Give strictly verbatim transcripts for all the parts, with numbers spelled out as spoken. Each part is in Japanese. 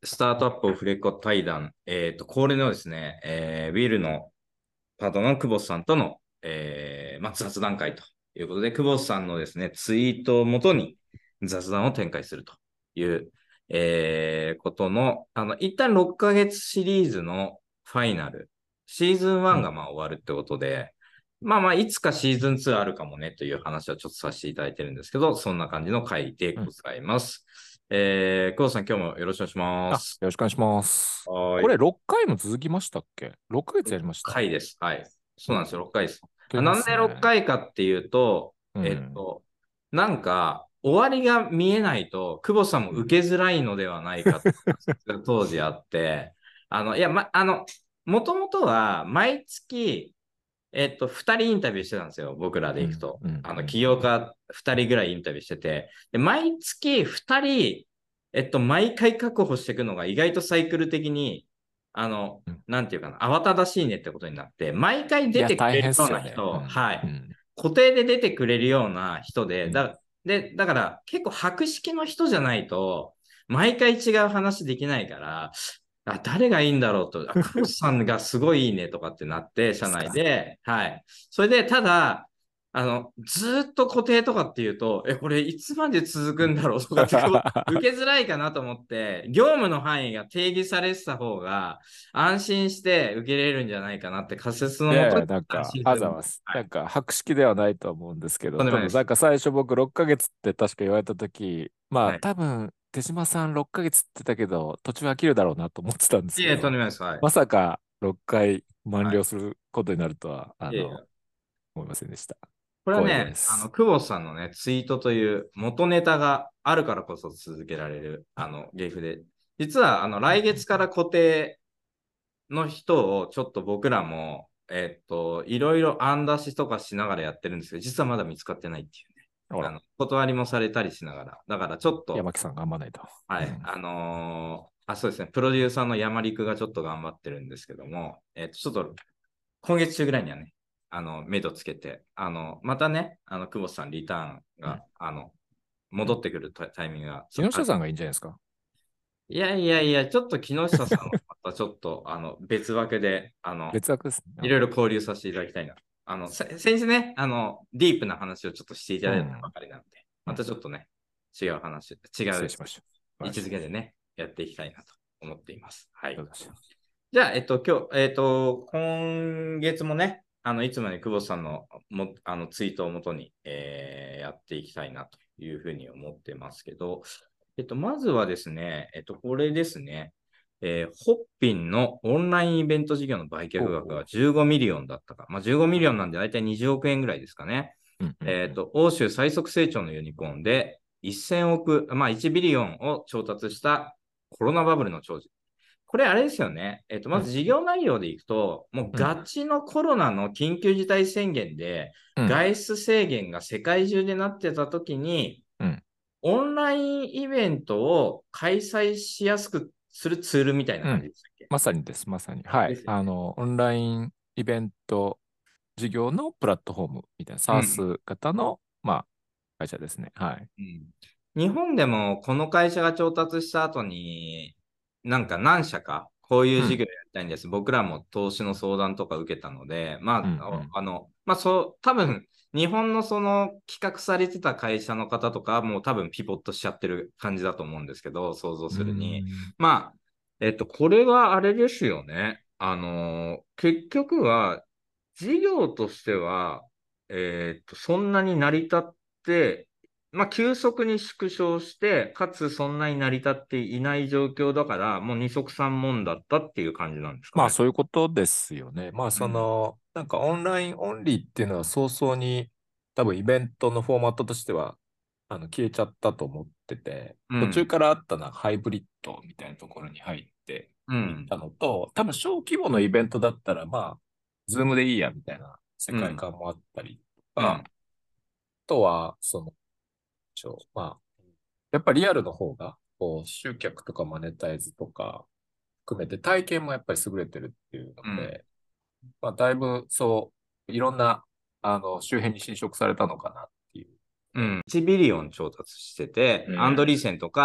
スタートアップオフレコ対談、えっと、恒例のですね、えー、ウィルのパートナーの久保田さんとの、えーまあ、雑談会ということで、久保田さんのですね、ツイートをもとに雑談を展開するという、えーことの、あの、一旦ろっかげつシリーズのファイナル、シーズンワンがうん。 まあ終わるってことで、まあまあ、いつかシーズンツーあるかもねという話はちょっとさせていただいてるんですけど、そんな感じの回でうん。 ございます。えー、久保田さん、今日もよろしくお願いしまあ、よす。 ろしくお願いします。 はい。 これろっかいも続きましたっけ？ ろっ ヶ月やりました。 回です。はい。そうなんですよ。 おお、 ろっかいです。 いけまなんで6 すね。 回かいかっていうと、えっうん。 と、なんか、終わりが見えないと、久保さんもうん。 受けづらいのではないかってが当時あって、あの、いや、ま、あの、もともとは毎月、えっと、ふたりインタビューしてたんですよ。僕らでうん。 行くと。 うん。 あの、 うん。 起業家ふたりぐらいインタビューしてて、で、毎月ふたり、えっと、毎回確保していくのが意外とサイクル的に、あの、 うん。 なんていうかな、慌ただしいねってことになって、毎回いや、 出てく大変っれるようすよね。うな人、 ん。 はい。 うん。 固定で出てくれるような人で、 うん。 だ、で、だから結構博識の人じゃないと、毎回違う話できないから、あ、誰がいいんだろうと、あ、クロスさんがすごいいいねとかってなって、社内ですか。 で、はい。それで、ただ、あの、ずーっと固定とかっていうと、え、これいつまで続くんだろうとかってこう、受けづらいかなと思って、業務の範囲が定義されてた方が、安心して受けれるんじゃないかなって仮説のもとに、 いやいや、なんか、 シーズン、 あざます。 はい。 なんか、博識ではないと思うんですけど、ただ、 とんでもないです。 なんか最初僕ろっかげつって確か言われたとき、まあ、 はい。 多分、手島さんろっかげつって言ってたけど、途中飽きるだろうなと思ってたんですいえいえ、とんでけど、 もないです。はい。 まさかろっかい満はい。 了することになるとは、あいえいえ。 の、思いませんでした。 これは光栄でね、あの、 す。 久保さんのね、ツイートという元ネタがあるからこそ続けられる、あの、芸風で。実は、あの、 うん来うんうん。 月から固定の人をちょっと僕らも、えっと、いろいろ案出しとかしながらやってるんですけど、実はまだ見つかってないっていうね。 ほら、 あの、断りもされたりしながら。だからちょっと、 山木さん頑張らないと。 はい、 うん。 あのーあ、そうですね、プロデューサーの山陸がちょっと頑張ってるんですけども、えっと、ちょっと今月中ぐらいにはね、あの、目処つけて、あの、またね、あの、久保さんリターンうん。 が、あの、 うん。 戻ってくるタタイミングがちょっとある。 木下さんがいいんじゃないですか？ いやいやいや、ちょっと木下さんはまたちょっと、あの、別枠で、あの、 別枠ですね。 いろいろ交流させていただきたいな。あの、せ先日ね、あの、ディープな話をちょっとしていただいたばうん。 かりなんで、まうん。 たちょっとね、違う話、違う失礼しました。 位置はい。 づけでね、やっていきたいなと思っています。はい。 どうぞ。 じゃあ、えっと、今日、えっと、今月もね、あの、いつもに久保さんのもあのツイートをもとに、えーやっていきたいなというふうに思ってますけど、えっと、まずはですね、えっと、これですね、えーホッピンのオンラインイベント事業の売却額がほうほじゅうごミリオンだったか。まあ、じゅうごミリオンなんで大体にじゅうおく円ぐらいですかね。 う。うんうんうん。 えっと、欧州最速成長のユニコーンでせんおく、まあいちビリオンを調達したコロナバブルの長寿。これあれですよね。えっと、まうんず事業内容でいくと、もううん。 ガチのコロナの緊急事態宣言で、 うん。 外出制限が世界中でなってた時に、 うん。 オンラインイベントを開催しやすくするツールみたいなうん。 感じでしたっけ？ まさにです。まさに。はい。 ですよね。 あの、オンラインイベント事業のプラットフォームみたいな、 うん。 SaaS 型の、まあ、会社ですね。はい。 うん。日本でもこの会社が調達した後に、なんか何社かこういううん。 事業やりたいんです。僕らも投資の相談とか受けたので、まあ、 うん。うん。 あの、まあ、そう、多分、日本のその企画されてた会社の方とかもう多分ピボットしちゃってる感じだと思うんですけど、想像うーするに。 ん。 まあ、えっと、これはあれですよね。あの、結局は、事業としては、えっと、そんなに成り立って、まあ、急速に縮小して、かつそんなに成り立っていない状況だから、もう二足三門だったっていう感じなんですかまあ、 ね。 そういうことですよね。まあ、そうん。 の、なんかオンラインオンリーっていうのは早々に、多分イベントのフォーマットとしては、あの、消えちゃったと思ってて、途中うん。 からあったのはハイブリッドみたいなところに入っていっうん。 たのと、多分小規模のイベントだったら、まあ、ズームでいいやみたいな世うん。 界観もあったりとか、 うん。 あとは、その、ちょまあ、やっぱりリアルの方が、こう、集客とかマネタイズとか含めて体験もやっぱり優れてるっていうのうん。 で、まあ、だいぶそう、いろんな、あの、周辺に侵食されたのかなっていう。 うん。いちビリオン調達してて、 うん。 アンドリーセンとか、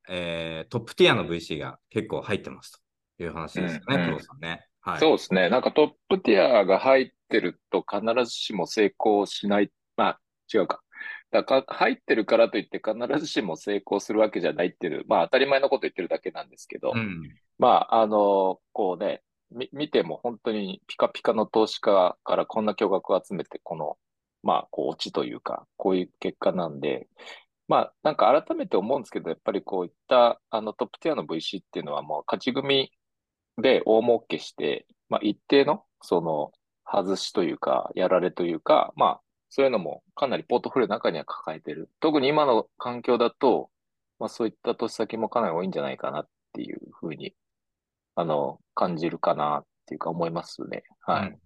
えートップティアの ブイシー が結構入ってますという話うん、 ですよね、久保うん。 さんね。はい。 そうですね。なんかトップティアが入ってると必ずしも成功しない。まあ、違うか。だから入ってるからといって必ずしも成功するわけじゃないっていう、まあ当たり前のこと言ってるだけなんですけど、 うん。 まあ、あの、こうね、み、見ても本当にピカピカの投資家からこんな巨額を集めて、この、まあ、こう、落ちというか、こういう結果なんで、まあ、なんか改めて思うんですけど、やっぱりこういった、あの、トップティアの ブイシー っていうのはもう勝ち組で大儲けして、まあ、一定の、その、外しというか、やられというか、まあ、そういうのもかなりポートフォリオの中には抱えてる。特に今の環境だと、まあ、そういった投資先もかなり多いんじゃないかなっていうふうにあの、感じるかなっていうか思いますね。はい。 うん。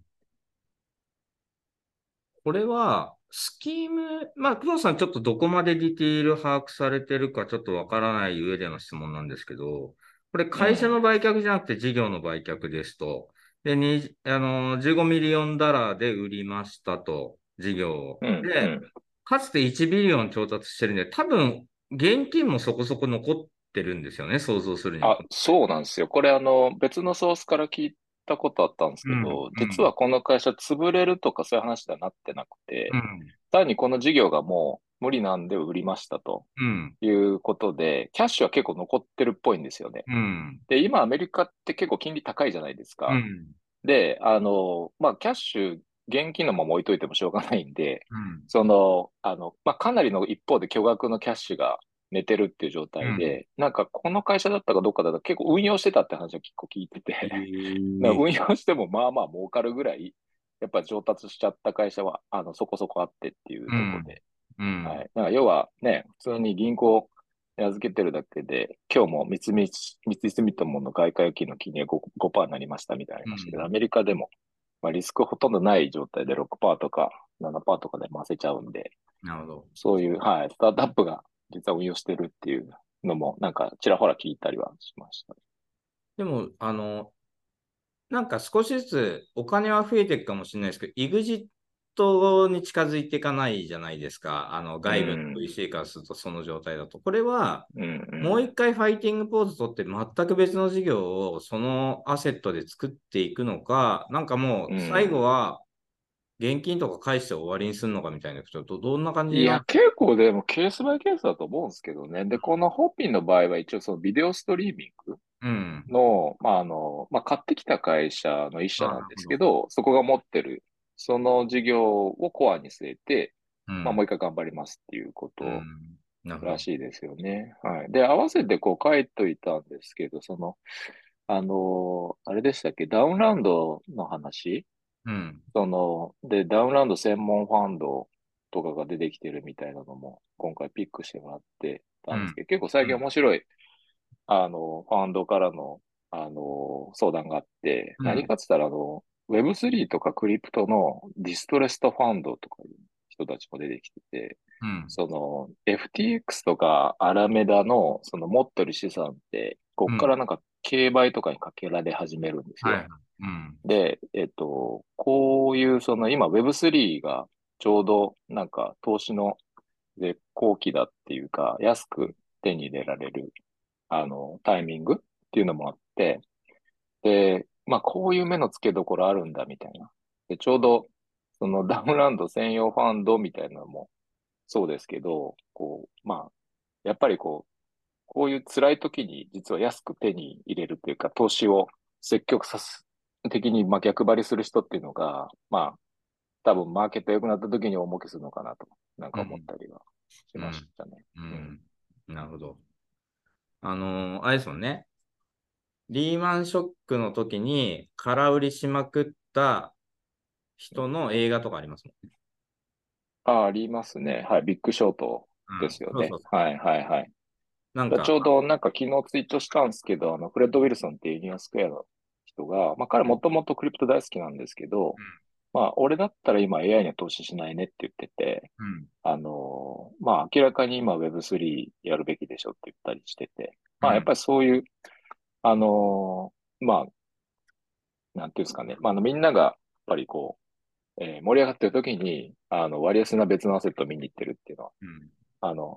これは、スキーム、まあ、工藤さんちょっとどこまでディティール把握されてるかちょっとわからない上での質問なんですけど、これ会社のうん。 売却じゃなくて事業の売却ですと、で、に、あの、じゅうごミリオンダラーで売りましたと、事業を。 うん。うで、 ん。 かつていちビリオン調達してるんで、多分、現金もそこそこ残ってるんですよね、想像するに。 あ、そうなんですよ。これあの、別のソースから聞いたことあったんですうん、 けど、 うん、 実はこの会社潰れるとかそういう話ではなってなくて、 うん、 単にこの事業がもう無理なんで売りましたとうん、 いうことで、キャッシュは結構残ってるっぽいんですよね。 うん、 で、今アメリカって結構金利高いじゃないですか。 うん、 で、あの、まあ、キャッシュ、現金のまま置いといてもしょうがないんで、 うん、 その、あの、まあ、かなりの一方で巨額のキャッシュが寝てるっていう状うん。 態で、なんかこの会社だったかどっかだと結構運用してたって話は結構聞いてえて、なんかー、 運用してもまあまあ儲かるぐらい、やっぱ上達しちゃった会社は、あの、そこそこあってっていううん、 ところで、 うん、 はい。なんか要はね、普通に銀行に預けてるだけで、今日も三菱、三井住友の外貨預金の金利が ご、ごパーセントになりましたみたいなのありうましたけど、アん。 メリカでも、まあ、リスクほとんどない状態でろくパーセントとかななパーセントとかで回せちゃうんで、 なるほど。 そういう、はい、スタートアップが実は運用してるっていうのも、なんかちらほら聞いたりはしました。 でも、あの、なんか少しずつお金は増えていくかもしれないですけど、イグジットに近づいていかないじゃないですか。あの、 う外部のん、 ブイシー からするとその状態だと。これは、 うん、うもう一回ファイティングポーズ取って全く別の事業をそのアセットで作っていくのか、なんかもん、うう最後ん。 は現金とか返して終わりにするのかみたいな、ちょっとどんな感じな。 いや、結構でもケースバイケースだと思うんですけどね。で、このホッピンの場合は一応そのビデオストリーミングうん。 の、まあ、あの、まあ、買ってきた会社の一社あ、 なんですけなるほど。 ど、そこが持ってる、その事業をコアに据えて、まあ、もううん。 一回頑張りますっていうこうとん。なるほど。 らしいですよね。はい。で、合わせてこう書いといたんですけど、その、あの、あれでしたっけ、ダウンラウンドの話うん。 その、で、ダウンラウンド専門ファンドとかが出てきてるみたいなのも、今回ピックしてもらってうん。 たんですけど、結構最近うん。 面白いあの、ファンドからの、あの、相談があって、 うん。 何かって言ったら、あの、ウェブスリー とかクリプトのディストレストファンドとかいう人たちも出てきてて、 うん。 その、エフティーエックス とかアラメダの、その持ってる資産って、こうん。 っからなんか、競売とかにかけられ始めるんですはい。 よ。 うん。 で、えっと、こういう、その、今 ウェブスリー がちょうど、なんか、投資の絶好期だっていうか、安く手に入れられるあの、タイミングっていうのもあって、で、まあ、こういう目の付けどころあるんだみたいな。で、ちょうど、そのダウンランド専用ファンドみたいなのもそうですけど、こう、まあ、やっぱりこう、こういう辛い時に実は安く手に入れるというか、投資を積極さす、的にまあ逆張りする人っていうのが、まあ、多分マーケット良くなった時に大儲けするのかなと、なんか思っうん。 たりはしましうん。 たね。 ううん。 ん。なるほど。あのーあれですもんね。リーマンショックの時に空売りしまくった人の映画とかありますもんね。 あ、ありますね。はい。ビッグショートうん。 ですよね。 そうそうそう。 はい、はい、はい。 なんか、 だちょうどなんか昨日ツイートしたんですけど、あの、フレッド・ウィルソンっていうユニオンスクエアの人が、まあ彼もともとクリプト大好きなんですけど、まあ俺だったら今 エーアイ には投資しないねって言ってて、 うん。 あのーまあ明らかに今 ウェブスリー やるべきでしょって言ったりしてて、まあやっうん。 ぱりそういう、あのーまあ、なんていうんですかね、まああのみんながやっぱりこう、えー盛り上がってる時に、あの割安な別のアセットを見に行ってるっていうのは、 うん。 あの、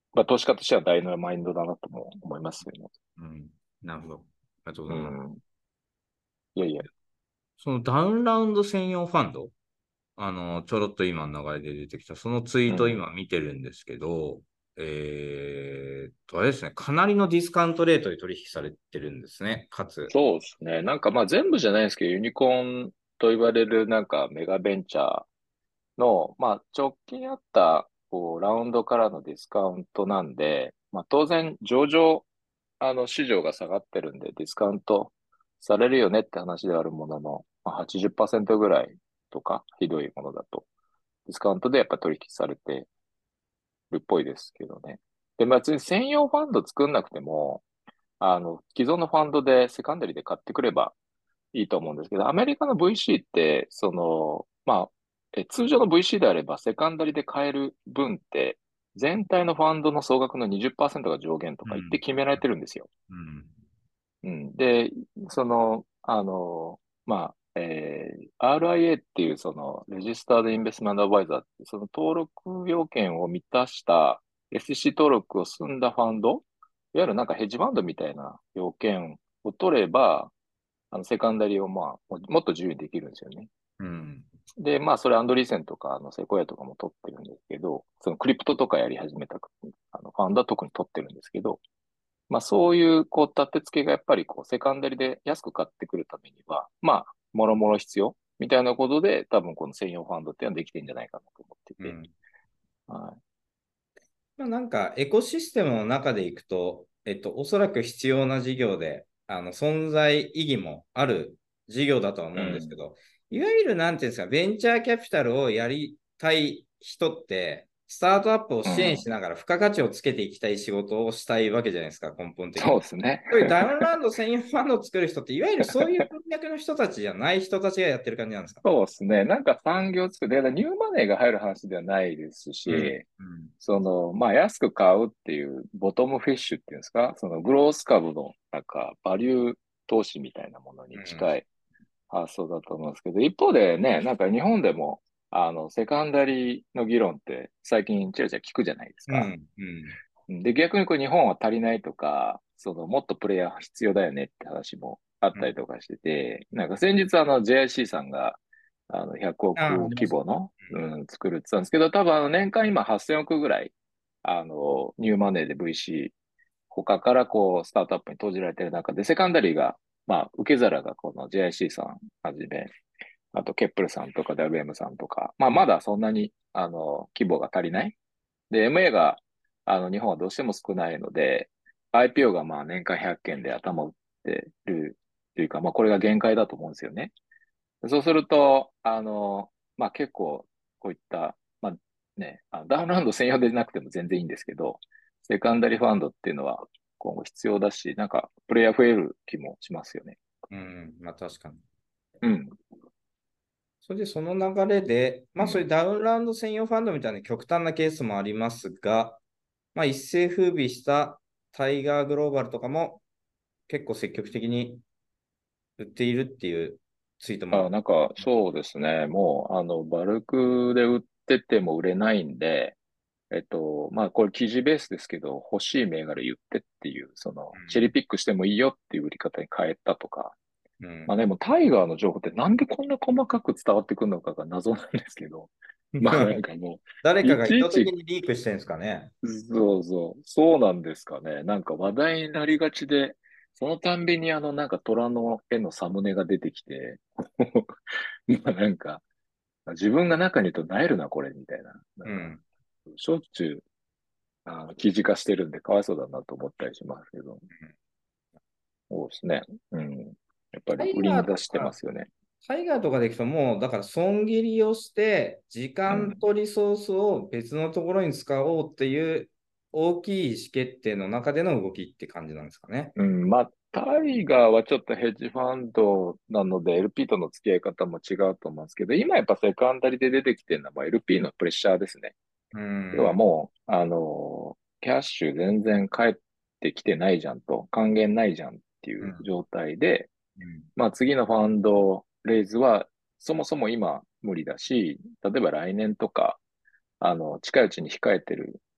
まあ、投資家としては大事なマインドだなとも思いますよね。 うん。なるほど。ありがとうごうざいます。 ん。いやいや。 そのダウンラウンド専用ファンド、あの、ちょろっと今の流れで出てきた、そのツイートをうん。 今見てるんですけど、えーっと、あれですね、かなりのディスカウントレートで取引されてるんですね、かつ。 そうですね。なんかまあ全部じゃないですけど、ユニコーンと言われるなんかメガベンチャーの、まあ直近あったこうラウンドからのディスカウントなんで、まあ当然上場、あの市場が下がってるんでディスカウントされるよねって話ではあるものの、まあ、はちじゅっパーセントぐらいとか、ひどいものだと、ディスカウントでやっぱ取引されてるっぽいですけどね。で、まあ別に専用ファンド作んなくても、あの、既存のファンドでセカンダリで買ってくればいいと思うんですけど、アメリカの ブイシー って、その、まあ、え通常の ブイシー であれば、セカンダリで買える分って、全体のファンドの総額のにじゅっパーセントが上限とか言ってうん。 決められてるんですよ。 うん。 うん。で、その、あの、まあ、えー アールアイエー っていう、その、レジスタードインベストメントアドバイザーって、その登録要件を満たした エスイーシー 登録を済んだファンド、いわゆるなんかヘッジファンドみたいな要件を取れば、あの、セカンダリをまあ、ももっと自由にできるんですよね。 うん。 で、まあ、それアンドリーセンとか、あの、セコヤとかも取ってるんですけど、そのクリプトとかやり始めた、あの、ファンドは特に取ってるんですけど、まあ、そういう、こう、立て付けがやっぱり、こう、セカンダリで安く買ってくるためには、まあ、もろもろ必要みたいなことで、多分この専用ファンドっていうのはできてんじゃないかなと思ってて、 うん。 はまあ、なんかエコシステムの中でいくと、えっと、おそらく必要な事業で、あの、存在意義もある事業だとはい。う思うんですけん。 ど、いわゆるなんていうんですか、ベンチャーキャピタルをやりたい人って、スタートアップを支援うん。 しながら付加価値をつけていきたい仕事をしたいわけじゃないですか、根本的に。 そうですね。 そういうダウンランド専用ファンドを作る人って、いわゆるそういう文脈の人たちじゃない人たちがやってる感じなんですか？ そうですね。なんか産業作る。だからニューマネーが入る話ではないですうん。 し、 うん。 その、まあ、安く買うっていうボトムフィッシュっていうんですか、そのグロース株のなんかバリュー投資みたいなものにうん。 近い発想だと思うんですけど、一方でね、なんか日本でも、あの、セカンダリの議論って最近ちらちら聞くじゃないですか。 うん。うん。 で、逆にこう日本は足りないとか、そのもっとプレイヤー必要だよねって話もあっうん。 たりとかしてて、なんか先日あの ジェイアイシー さんがあのひゃくおくああ、ありますね。 規模の、うん、作るって言ったんですけど、多分あの年間今はっせんおくぐらい、あの、ニューマネーで ブイシー、他からこうスタートアップに投じられてる中で、セカンダリーが、まあ、受け皿がこの ジェイアイシー さんはじめ、あとケップルさんとか ダブリューエム さんとか、まあまだそんなにあの規模が足りない。で、エムエー が、あの、日本はどうしても少ないので、アイピーオー がまあ年間ひゃっけんで頭を打ってるというか、まあこれが限界だと思うんですよね。そうすると、あの、まあ結構こういった、まあね、あのダウンラウンド専用でなくても全然いいんですけど、セカンダリファンドっていうのは今後必要だし、なんかプレイヤー増える気もしますよね。 うん。まあ確かに。 うん。 それでその流れで、まあそういううん。 ダウンラウンド専用ファンドみたいな極端なケースもありますが、まあ一世風靡したタイガーグローバルとかも結構積極的に売っているっていうツイートあ、 も。 なんかそうですね。もう、あの、バルクで売ってても売れないんで、えっと、まあ、これ記事ベースですけど、欲しい銘柄言ってっていう、その、チェリーピックしてもいいよっていう売り方に変えたとか。 うん。うん。 まあでも、タイガーの情報ってなんでこんな細かく伝わってくるのかが謎なんですけど、まあなんかもう、 誰かが意いちいち、 図的にリークしてるんですかね。 そうそう、そうなんですかね。なんか話題になりがちで、そのたんびにあの、なんか虎の絵のサムネが出てきて、まあなんか、自分が中にいると萎えるな、これ、みたいな。なんか、 うん。 しょっちゅうあの、記事化してるんで、かわいそうだなと思ったりしますけど。そうですね。うん。やっぱり売りタイガに出してまーとか、 すよね。 タイガーとかでいくともう、だから損切りをして、時うん。 間とリソースを別のところに使おうっていう大きい意思決定の中での動きって感じなんですかね。 うん。まあ、タイガーはちょっとヘッジファンドなので、エルピー との付き合い方も違うと思うんですけど、今やっぱセカンダリで出てきてるのは、まあ エルピー のプレッシャーですね。 う要はん。 もう、あの、キャッシュ全然返ってきてないじゃんと、還元ないじゃんっていうん。 う状態で、 うん。 まあ次のファンドレイズはそもそも今無理だし、例えば来年とか、あの、近いうちに控えてる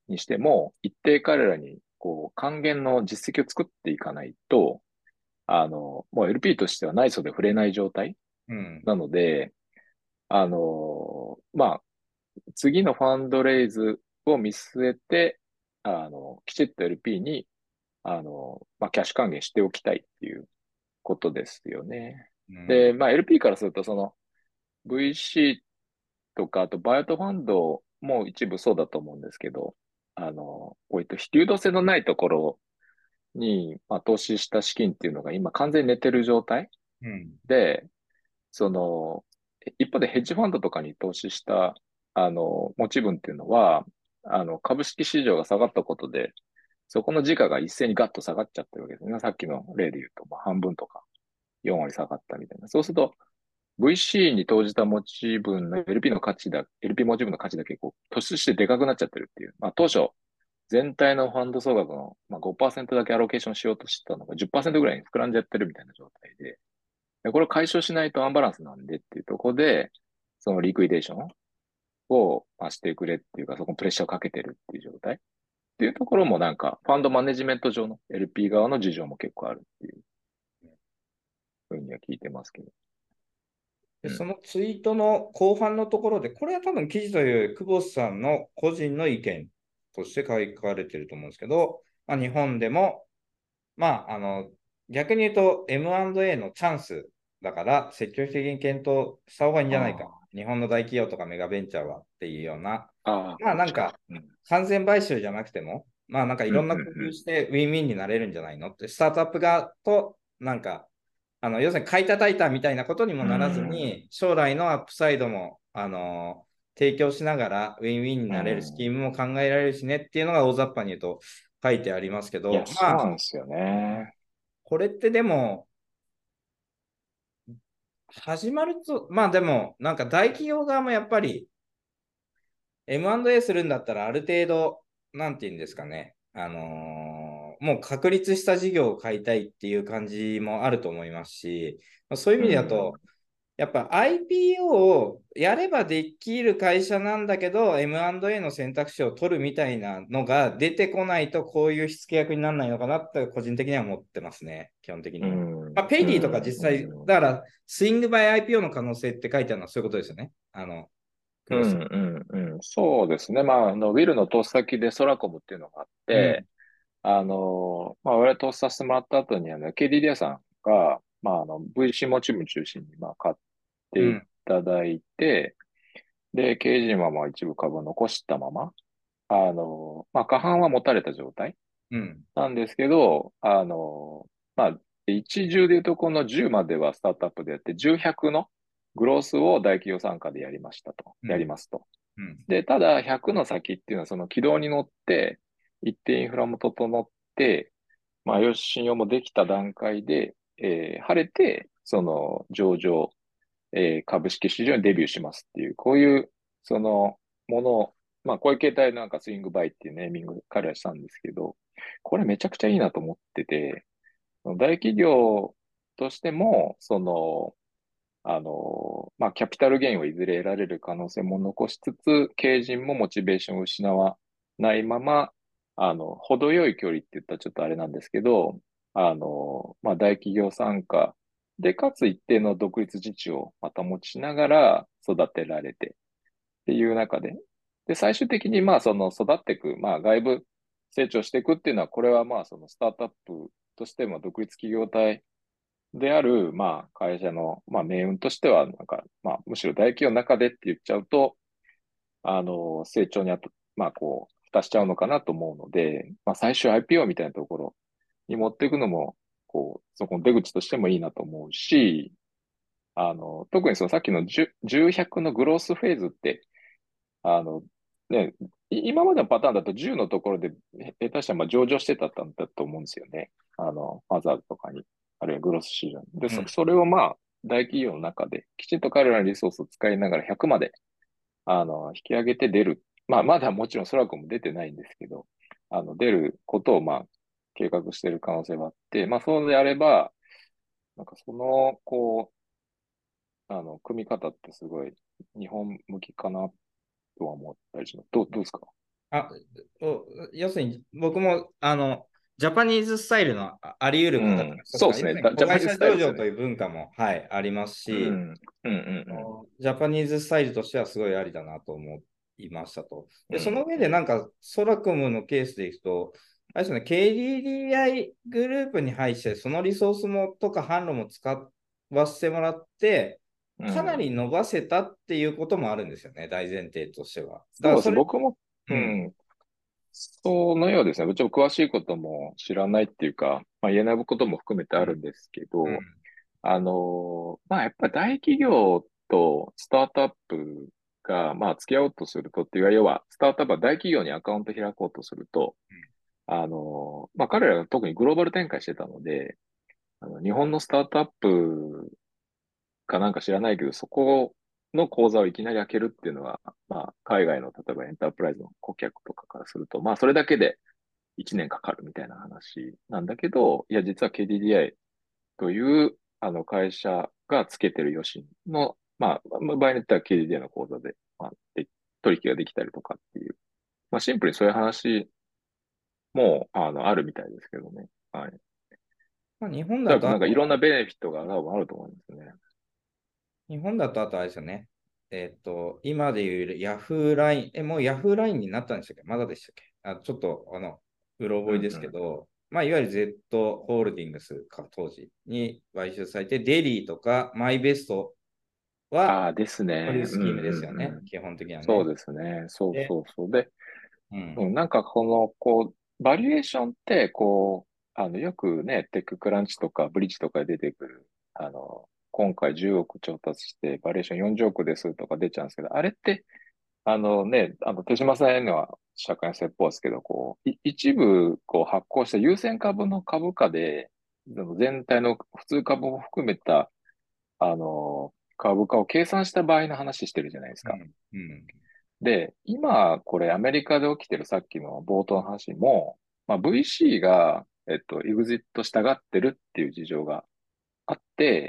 にしても、一定彼らに、こう、還元の実績を作っていかないと、あの、もう エルピー としては内装で触れない状態うん。 なので、あの、まあ、次のファンドレイズを見据えて、あの、きちっと エルピー に、あの、まあ、キャッシュ還元しておきたいっていうことですよね。で、 うん。 まあ、エルピー からすると、その ブイシー とか、あとバイオットファンドも一部そうだと思うんですけど、あの、こういった流動性のないところに、まあ、投資した資金っていうのが今完全に寝てる状態うん。 で、その、一方でヘッジファンドとかに投資した、あの、持ち分っていうのは、あの、株式市場が下がったことで、そこの時価が一斉にガッと下がっちゃってるわけですね。さっきの例で言うと、まあ、半分とかよん割下がったみたいな。そうすると、ブイシー に投じた持ち分の エルピー の価値だ、エルピー 持ち分の価値だけこう突出してでかくなっちゃってるっていう。まあ、当初、全体のファンド総額の、まあ、ごパーセントだけアロケーションしようとしてたのがじゅっパーセントぐらいに膨らんじゃってるみたいな状態で、でこれを解消しないとアンバランスなんでっていうところで、そのリクイデーションを、まあ、してくれっていうか、そこにプレッシャーをかけてるっていう状態っていうところもなんか、ファンドマネジメント上の エルピー 側の事情も結構あるっていうふうには聞いてますけど。 で、 うん。 そのツイートの後半のところで、これは多分記事という久保田さんの個人の意見として書かれていると思うんですけど、まあ、日本でも、まあ、あの、逆に言うと エムアンドエー のチャンスだから積極的に検討した方がいいんじゃないか。 あ日本の大企業とかメガベンチャーはっていうような、 あ、ああ、こっちか。 まあなんかうん。 完全買収じゃなくても、まあなんかいうん、 ろんなうん、 工夫してウィンウィンになれるんじゃないのって、スタートアップ側となんかあの、要するに買い叩いたみたいなことにもうならずん。 に、将来のアップサイドも、あの提供しながら、ウィンウィンにうなれるスキーん。 ムも考えられるしねっていうのが大雑把に言うと書いてありますけいや、 ど、 そうまあ、 なんですよね。 これってでも、始まると、まあでも、なんか大企業側もやっぱり エムアンドエー するんだったらある程度、なんて言うんですかね、あのーもう確立した事業を買いたいっていう感じもあると思いますし、そういうう意味だと、 ん。 やっぱ アイピーオー をやればできる会社なんだけど、エムアンドエー の選択肢を取るみたいなのが出てこないと、こういう火付け役にならないのかなって個人的には思ってますね、基本的うには。まあ、 ん。 ペイディとかうん。 実際、 うん。 だから、スイングバイ アイピーオー の可能性って書いてあるのはそういうことですよね。あの、久保さん。 うん。うん。うんそうですね。まあ、あの、ウィルの投資先でソラコムっていうのがあっうん。 て、あの、まあ、我々投資させてもらった後に、あの、ケーディーディー さんが、まあ、あの、ブイシー 持ち分中心に、まあ、買っていうん。 ただいて、で、ケージーはまあ一部株を残したまま、あの、まあ、過半は持たれた状態うん。 なんですけど、あの、まあ、一重でいうとこのじゅうまではスタートアップでやって、じゅう、ひゃくのグロースを大企業参加でやりましたと。やりうん。 ますと。 うん。 で、ただひゃくの先っていうのはその軌道に乗って、一定インフラも整って、まあ、よし、信用もできた段階で、えー晴れて、その上場、えー株式市場にデビューしますっていう、こういう、そのものを、まあ、こういう形態なんかスイングバイっていうネーミング彼はしたんですけど、これめちゃくちゃいいなと思ってて、大企業としても、その、あの、まあ、キャピタルゲインをいずれ得られる可能性も残しつつ、経営陣もモチベーションを失わないまま、あの、程よい距離って言ったらちょっとあれなんですけど、あの、まあ、大企業参加で、かつ一定の独立自治をまた持ちながら育てられてっていう中で、で、最終的にまあ、その育っていく、まあ、外部成長していくっていうのは、これはまあ、そのスタートアップとしても独立企業体である、まあ、会社の、まあ、命運としては、なんか、まあ、むしろ大企業の中でって言っちゃうと、あの、成長にあと、まあ、こう、蓋しちゃうのかなと思うので、まあ、最終 アイピーオー みたいなところに持っていくのも、こう、そこの出口としてもいいなと思うし、あの、特にそのさっきのじゅう、じゅう、ひゃくのグロースフェーズって、あの、ね、い今までのパターンだとじゅうのところで、へ下手したらまあ上場してたんだと思うんですよね。あの、マザーズとかに、あるいはグロス市場に。で、そ、 うん。 それをまあ、大企業の中で、きちんと彼らのリソースを使いながらひゃくまで、あの、引き上げて出る。まあ、まだもちろんソラコも出てないんですけど、あの、出ることをまあ、計画している可能性があって、まあ、そうであれば、なんかその、こう、あの、組み方ってすごい日本向きかなとは思ったりします。どう、どうですか？ あ、お要するに僕も、あの、ジャパニーズスタイルのああり得る形のうん。 一つが、 そうですね。 要するにだジャパニーズ子会社スタイルですよね。 上場という文化も、はい、ありますし、 うん。うんうんジャパニーズスタイルとしてはすごいありだなと思いましたと。で、 うん。 その上うん。 でなんか、ソラコムのケースでいくと、あれですね、ケーディーディーアイ グループに配して、そのリソースもとか販路も使わせてもらって、かなうん。 り伸ばせたっていうこともあるんですよね、大前提としては。だかそうですね。 らそれ、 僕も、ううん、 ん。そのようですね。うちも詳しいことも知らないっていうか、まあ、言えないことも含めてうん、 あるんですけど、 うん、 あの、まあ、やっぱり大企業とスタートアップが、まあ、付き合おうとするとっていうか、要は、スタートアップは大企業にアカウント開こうとすると、あの、まあ、彼らが特にグローバル展開してたので、あの、日本のスタートアップかなんか知らないけど、そこの口座をいきなり開けるっていうのは、まあ、海外の例えばエンタープライズの顧客とかからすると、まあ、それだけでいちねんかかるみたいな話なんだけど、いや、実は ケーディーディーアイ という、あの、会社がつけてる余震の、まあ、まあ場合によっては ケーディーディーアイ の口座で、まあ、で取引ができたりとかっていう、まあ、シンプルにそういう話も、あの、あるみたいですけどね。はい。 まあ、日本おそらくなんかいだとあと、 ろんなベネフィットが多分あると思いますね。 日本だとあとあれですよね。えっと、今でいうヤフーライン、え、もうヤフーラインになったんでしたっけ？まだでしたっけ？あ、ちょっと、あの、うろ覚えですけうんうん。 ど、まあ、いわゆる Z ホールディングスか、当時に買収されて、デリーとかマイベストは、 ああ、ですね。うんそういうスキームですよね。 うんうん。 基本的にはね。 そうですね。そうで、 そうそう。で、 うん。 うん、なんかこの、こう、バリエーションって、こう、あの、よくね、テッククランチとかブリッジとかで出てくる、あの、今回じゅうおく調達して、バリエーションよんじゅうおくですとか出ちゃうんですけど、あれって、あのね、あの、手島さんへのは社会の説法ですけど、こう、い一部、こう、発行した優先株の株価で、その全体の普通株を含めた、あの、株価を計算した場合の話してるじゃないですか。 うん。うん。 で、今、これアメリカで起きてるさっきの冒頭の話も、まあ、ブイシー が、えっと、エグジットしたがってるっていう事情があって、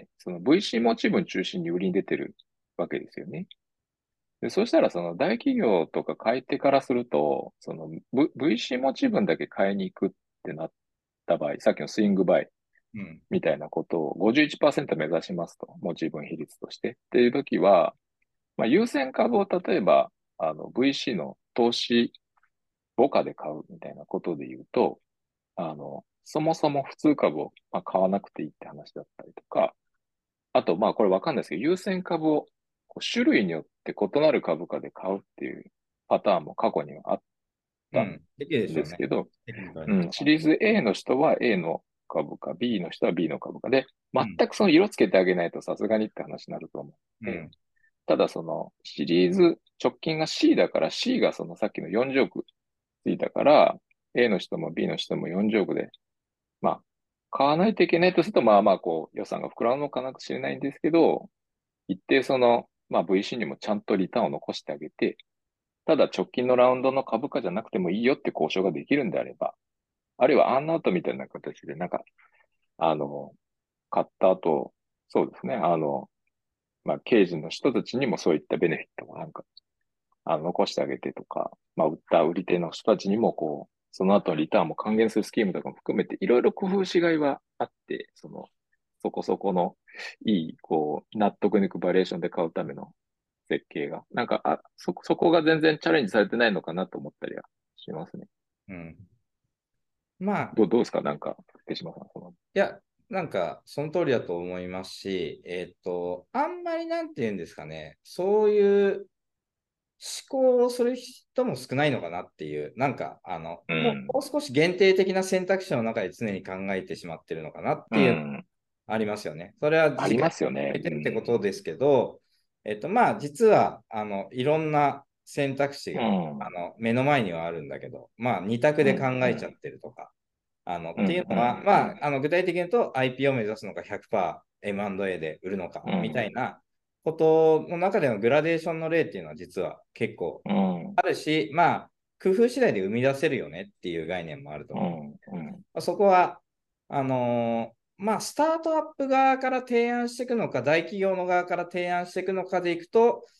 その ブイシー 持ち分中心に売りに出てるわけですよね。で、そしたらその大企業とか買い手からすると、その V- ブイシー 持ち分だけ買いに行くってなった場合、さっきのスイングバイうん。 みたいなことをごじゅういちパーセント目指しますと、持ち分比率としてっていう時は、まあ、優先株を例えば、あの ブイシー の投資母価で買うみたいなことで言うと、あの、そもそも普通株を、まあ、買わなくていいって話だったりとか、あと、まあこれわかんないですけど、優先株をこう種類によって異なる株価で買うっていうパターンも過去にはあったんうん。できるでしょうね。 ですけど、 テクニカルうん、 に言うと。 シリーズ A の人は A の株価、B の人は B の株価で、全うん。 くその色つけてあげないとさすがにって話になると思うので、 うん。 ただそのシリーズ直近が C だから C がそのさっきのよんじゅうおくついたから、A の人も B の人もよんじゅうおくで、まあ、買わないといけないとすると、まあまあ、こう、予算が膨らむのかなしれないんですけど、一定その、まあ ブイシー にもちゃんとリターンを残してあげて、ただ直近のラウンドの株価じゃなくてもいいよって交渉ができるんであれば、あるいはアンナウトみたいな形で、なんか、あの、買った後、そうですね、あの、まあ、経営陣の人たちにもそういったベネフィットをなんか、あの、残してあげてとか、まあ、売った売り手の人たちにもこう、その後のリターンも還元するスキームとかも含めて、いろいろ工夫しがいはあって、その、そこそこのいい、こう、納得のいくバリエーションで買うための設計が。なんか、あ、そ、そこが全然チャレンジされてないのかなと思ったりはしますね。 うん。まあ、 どう、どうですかなんか、手島さん、その。 いや、なんか、その通りだと思いますし、えっと、あんまりなんて言うんですかね、そういう思考をする人も少ないのかなっていう、なんか、あの、もう、 うん。 もう少し限定的な選択肢の中で常に考えてしまってるのかなっうていうのん。 がありますよね。それはあり時間ますよね。 をかけてってこうん。 とですけど、えっと、まあ、実は、あの、いろんな選択肢が、 うん。 あの、目の前にはあるんだけど、まあ、二択うん。 で考うん。 えちゃってるとか、あの、 うん。 っていうのは、 うん。 まあ、あの具体的に言うと アイピーオー を目指すのか ひゃくパーセントエムアンドエー で売るのかうん。 みたいなことの中でのグラデーションの例っていうのは実は結構うん。 あるし、まあ、工夫次第で生み出せるよねっていう概念もあると思う。 うん。うん。 そこは、あのーまあ、スタートアップ側から提案していくのか、大企業の側から提案していくのかでいくと、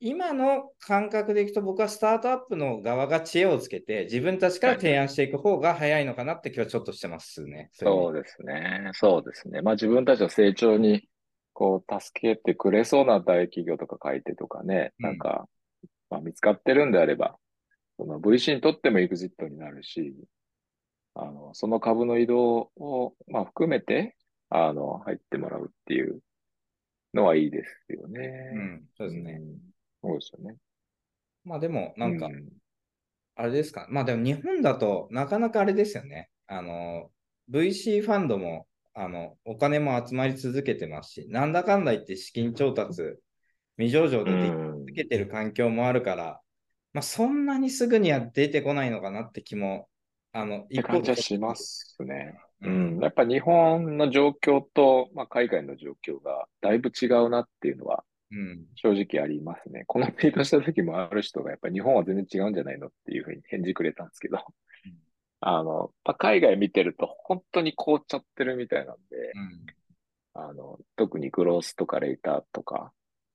今の感覚でいくと、僕はスタートアップの側が知恵をつけて、自分たちからはい。 提案していく方が早いのかなって気はちょっとしてますね。そういう意味で。 そうですね。そうですね。まあ自分たちの成長に、こう、助けてくれそうな大企業とか買い手とかね、 うん。 なんか、まあ見つかってるんであれば、その ブイシー にとってもエグジットになるし、あの、その株の移動を、まあ含めて、あの、入ってもらうっていうのはいいですよね。 うん。そうですね。 うん。そうですよね。 まあでも、なんか、 うん。 あれですか。まあでも日本だとなかなかあれですよね。あの、ブイシー ファンドも、あの、お金も集まり続けてますし、なんだかんだ言って資金調達、未上場うででき続ん。 けてる環境もあるから、まあそんなにすぐには出てこないのかなって気も、あの、 って一方で感じはしまちょっとする。 すね。 うん。 うん。やっぱ日本の状況と、まあ、海外の状況がだいぶ違うなっていうのはうん。 正直ありますね。このツイートした時もある人がやっぱ日本は全然違うんじゃないのっていうふうに返事くれたんですけど、あの、やっぱ海外見てると本当に凍っちゃってるみたいなんで、 うん。 あの、特にグロースとかレーターとか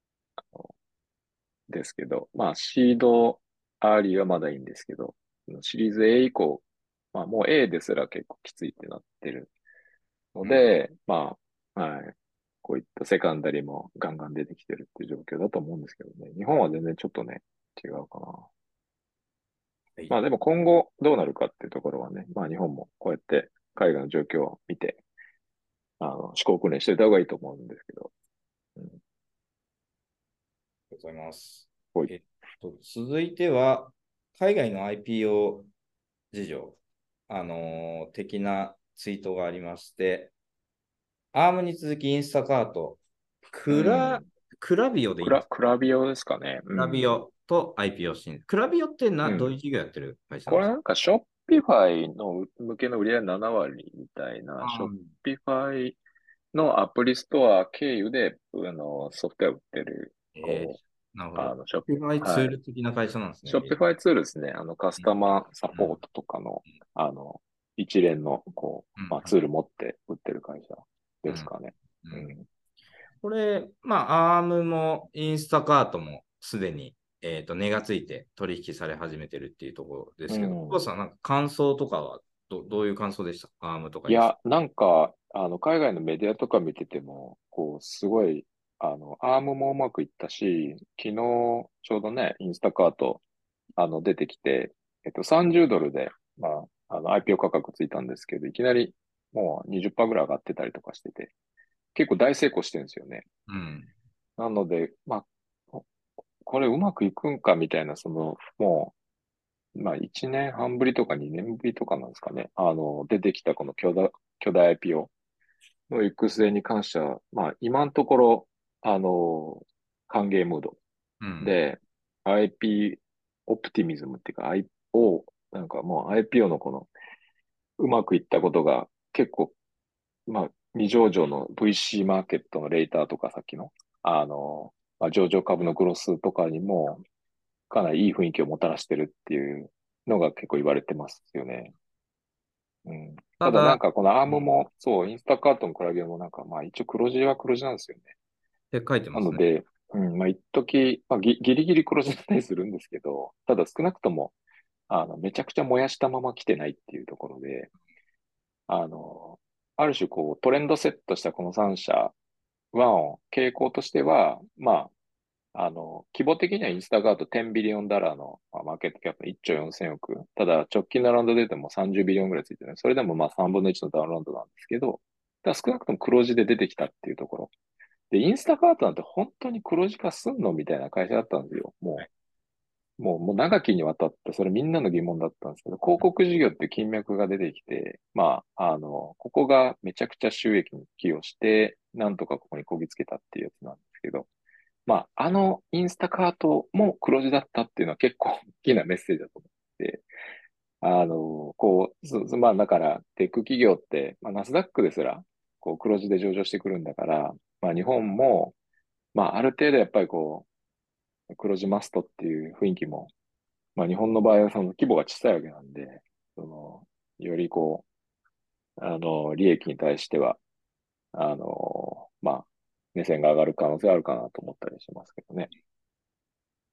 ですけど、まあシードアーリーはまだいいんですけど、シリーズ A 以降、まあもう A ですら結構きついってなってるのうん。 で、まあ、はい。こういったセカンダリもガンガン出てきてるっていう状況だと思うんですけどね。日本は全然ちょっとね、違うかな。 はい。 まあでも今後どうなるかっていうところはね、まあ日本もこうやって海外の状況を見て、あの、思考訓練しておいた方がいいと思うんですけど。うん、 ありがとうございます。 ほい。 えっと、続いては、海外の アイピーオー 事情、あのー的なツイートがありまして、アームに続きインスタカート、 うクラ、 ん。 クラビオでいクラ、 いんですか？ クラビオですかね。 クラビうん。 オと アイピーオー 新。クラビオってな、どういううん。 事業やってる会社なんですか？ これなんかショッピファイの向けの売り上げなな割みたいな、ショッあーピファイのアプリストア経由で、あの、ソフトウェア売ってる、 えー、 こう、 なるほど。 あの、ショップ、 ショッピファイツはい。 ール的な会社なんですね。えショッピファイツールですね。あの、カスタマーサうん、 ポートとかの、あの、一連の、こう、 うん、 まあ、ツール持って売ってる会社うん、 ですかね。 うん。 うん。 これ、まあ、アームもインスタカートもすでに、えっと、値がついて取引され始めてるっていうところでうすけど、コウん。 さん、なんか感想とかはど、どういう感想でした？アームとかインスタ。 いや、なんか、あの、海外のメディアとか見てても、こう、すごい、あの、アームもうまくいったし、昨日、ちょうどね、インスタカート、あの、出てきて、えっと、さんじゅうドルで、まあ、あの、アイピーオー 価格ついたんですけど、いきなり、もうにじゅっパーセントぐらい上がってたりとかしてて、結構大成功してるんですよね。 うん。 なので、まあ、ここれうまくいくんかみたいな、その、もう、まあ、いちねんはんぶりとかにねんぶりとかなんですかね。あの、出てきたこの巨大、巨大 アイピーオー の行く末に関しては、まあ、今のところ、あの、歓迎ムードうん。 で、アイピー オプティミズムっていうか、アイピーオー、なんかもう アイピーオー のこの、うまくいったことが結構、まあ、未上場の ブイシー マーケットのレーターとかさっきの、あの、まあ、上場株のグロスとかにも、かなりいい雰囲気をもたらしてるっていうのが結構言われてますよね。うん。ただなんただ、 かこのアーうん、 ムも、そう、インスタカートのクラゲもなんか、まあ一応黒字は黒字なんですよね。 って書いてますね。 なので、うん、まあ一時、まあギ、ギリギリ黒字だったりするんですけど、ただ少なくとも、あの、めちゃくちゃ燃やしたまま来てないっていうところで、あの、ある種こうトレンドセットしたこのさん社は、傾向としては、まあ、あの、規模的にはインスタガートじゅうビリオンダラーの、まあ、マーケットキャップいっちょうよんせんおく。ただ、直近のラウンドでてもさんじゅうビリオンぐらいついてる、ね。それでもまあさんぶんのいちのダウンラウンドなんですけど、ただ少なくとも黒字で出てきたっていうところ。で、インスタカートなんて本当に黒字化すんのみたいな会社だったんですよ。もう、もう、もう長きにわたって、それみんなの疑問だったんですけど、広告事業っていう金脈が出てきて、まあ、あの、ここがめちゃくちゃ収益に寄与して、なんとかここにこぎつけたっていうやつなんですけど、まあ、あのインスタカートも黒字だったっていうのは結構大きなメッセージだと思って、あの、こう、そまあ、だから、テック企業って、まあ、ナスダックですら、こう、黒字で上場してくるんだから、まあ、日本も、まあ、ある程度やっぱりこう、黒字マストっていう雰囲気も、まあ、日本の場合はその規模が小さいわけなんで、その、よりこう、あの、利益に対しては、あの、まあ、目線が上がる可能性あるかなと思ったりしますけどね。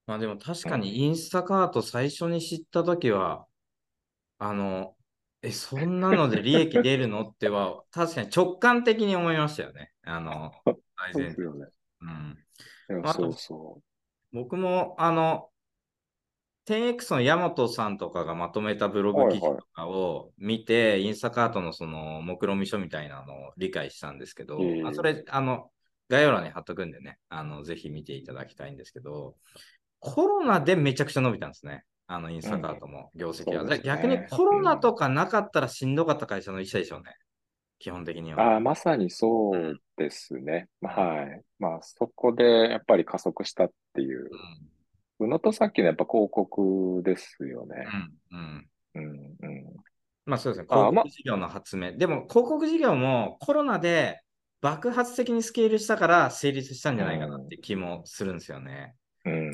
まあでも確うん。 かにインスタカート最初に知ったときは、あの、え、そんなので利益出るのっては、確かに直感的に思いましたよね。あの、大前提。 そうですよね。 うん。 いや、 まあ、あと、 そうそ僕も、あの、テンエックス のヤマトさんとかがまとめたブロう。はいはグ記事とかを見て、インスタカートのその目論見書みたいなのを理解したんですけい。 ど、まあ、そええ、 れ、あの、概要欄に貼っとくんでね、あの、ぜひ見ていただきたいんですけど、コロナでめちゃくちゃ伸びたんですね。あの、インスタカーうん。 トも業績は。 そうでじゃあ逆にすね。 コロナうん。 とかなかったらしんどかった会社の一社でしょうね。基本的には。 ああ、まさにそうですね。まあうん。 はい。まあ、そこでやっぱり加速したっていう。 うん。 宇野とさっきのやっぱ広告ですよね。 うん。うん。 うん、うん。 まあそうですね。広ああ、ま、 告事業の発明。でも広告事業もコロナで爆発的にスケールしたから成立したんじうゃないかなっん、うん、 て気もするんですよね。 うん、うん、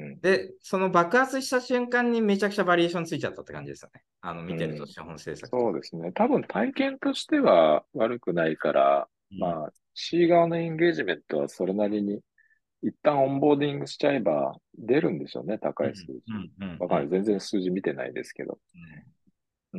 うん。 で、その爆発した瞬間にめちゃくちゃバリエーションついちゃったって感じですよね。あの、見てるとうん、 資本政策とか。 そうですね。多分体験としては悪くないから、 うん。 まあ、C 側のエンゲージメントはそれなりに一旦オンボーディングしちゃえば出るんでしょうね、高い数うん。う字。 ん。うん。 わかんない。全然数字見てないですけど。 うん。 うん。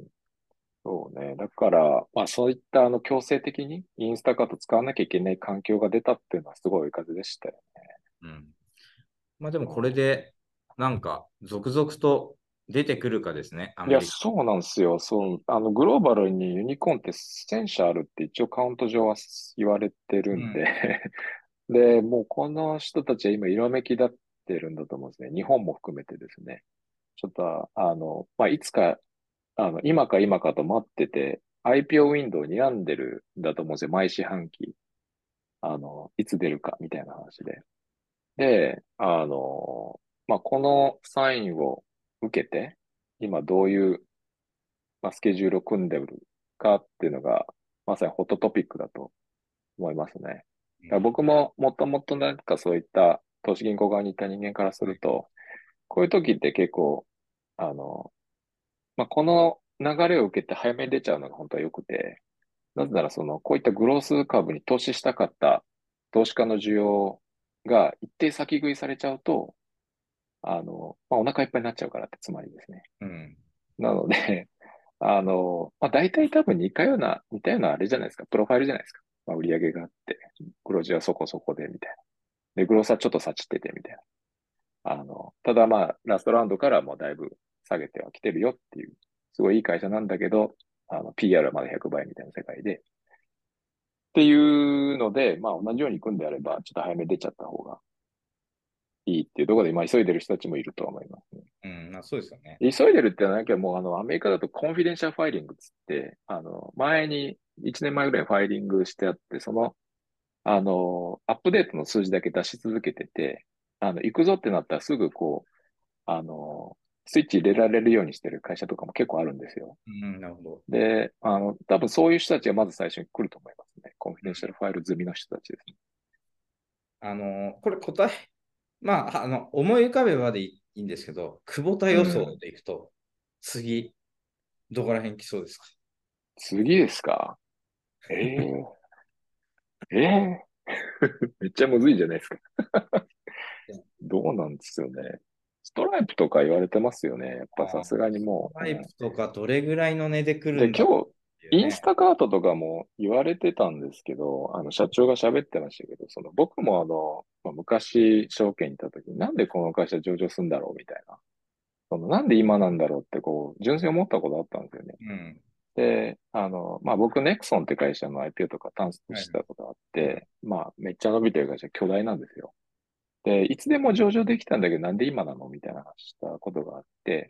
そうね。だから、まあそういったあの強制的にインスタカート使わなきゃいけない環境が出たっていうのはすごい追い風でしたよ。 うん。まあでもこれそで、なんか、続々と出てくるかですね、アう。いや、 メリカ。 そうなんですよ。そう。あの、グローバルにユニコーンってせん社あるって一応カウント上は言われてるんでうん。 で、もうこの人たちは今色めき立ってるんだと思うんですね。日本も含めてですね。ちょっと、あの、まあ、いつか、あの、今か今かと待ってて、アイピーオー ウィンドウにらんでるんだと思うんですよ。毎四半期。あの、いつ出るかみたいな話で。で、あの、まあ、このサインを受けて、今どういう、まあ、スケジュールを組んでるかっていうのが、まさにホットトピックだと思いますね。だからうん。 僕ももともとなんかそういった投資銀行側にいた人間からすはい。 ると、こういう時って結構、あの、まあ、この流れを受けて早めに出ちゃうのが本当は良くて、なぜならその、こういったグロース株に投資したかった投資家の需要が一定先食いされちゃうと、あの、まあ、お腹いっぱいになっちゃうからってつまりですね。 うん。 なので、あの、まあ、大体多分似たような、似たようなあれじゃないですか。プロファイルじゃないですか。まあ、売り上げがあって、黒字はそこそこで、みたいな。で、グロースはちょっと差ちってて、みたいな。あの、ただまあ、ラストラウンドからもうだいぶ下げてはきてるよっていう、すごいいい会社なんだけど、あの、ピーアール はまだひゃくばいみたいな世界で、っていうので、まあ同じように行くんであれば、ちょっと早めに出ちゃった方がいいっていうところで、まあ急いでる人たちもいるとは思いますね。 うん。まあそうですよね。 急いでるってのはなきゃもうあのアメリカだとコンフィデンシャルファイリングっつって、あの、前にいちねんまえぐらいファイリングしてあって、その、あの、アップデートの数字だけ出し続けてて、あの、行くぞってなったらすぐこう、あの、スイッチ入れられるようにしてる会社とかも結構あるんですよ。 うん。なるほど。 で、あの、多分そういう人たちがまず最初に来ると思いますね。コンフィうん。 デンシャルファイル済みの人たちですね。 あのーこれ答え、まあ、あの、思い浮かべばでいいいいんですけど、久保田予想うん。 でいくと、次、どこら辺来そうですか？ 次ですか？ええええめっちゃむずいじゃないですか。どうなんですよね。ストライプとか言われてますよね。やっぱさあーすがにスもう、 トライプとかどれぐらいの値で来うん。で、 るんだろ今日、 うっていうインスね。 タカートとかも言われてたんですけど、あの、社長が喋ってましたけど、その、僕もあの、まあ、昔、証券にいた時に、なんでこの会社上場するんだろうみたいな。その、なんで今なんだろうって、こう、純粋に思ったことあったんですよね。 うん。 で、あの、まあ、僕、ネクソンって会社の アイピーオー とか探索はい。 したことあっうん。 て、まあ、めっちゃ伸びてる会社、巨大なんですよ。で、いつでも上場できたんだけど、なんで今なのみたいな話したことがあって、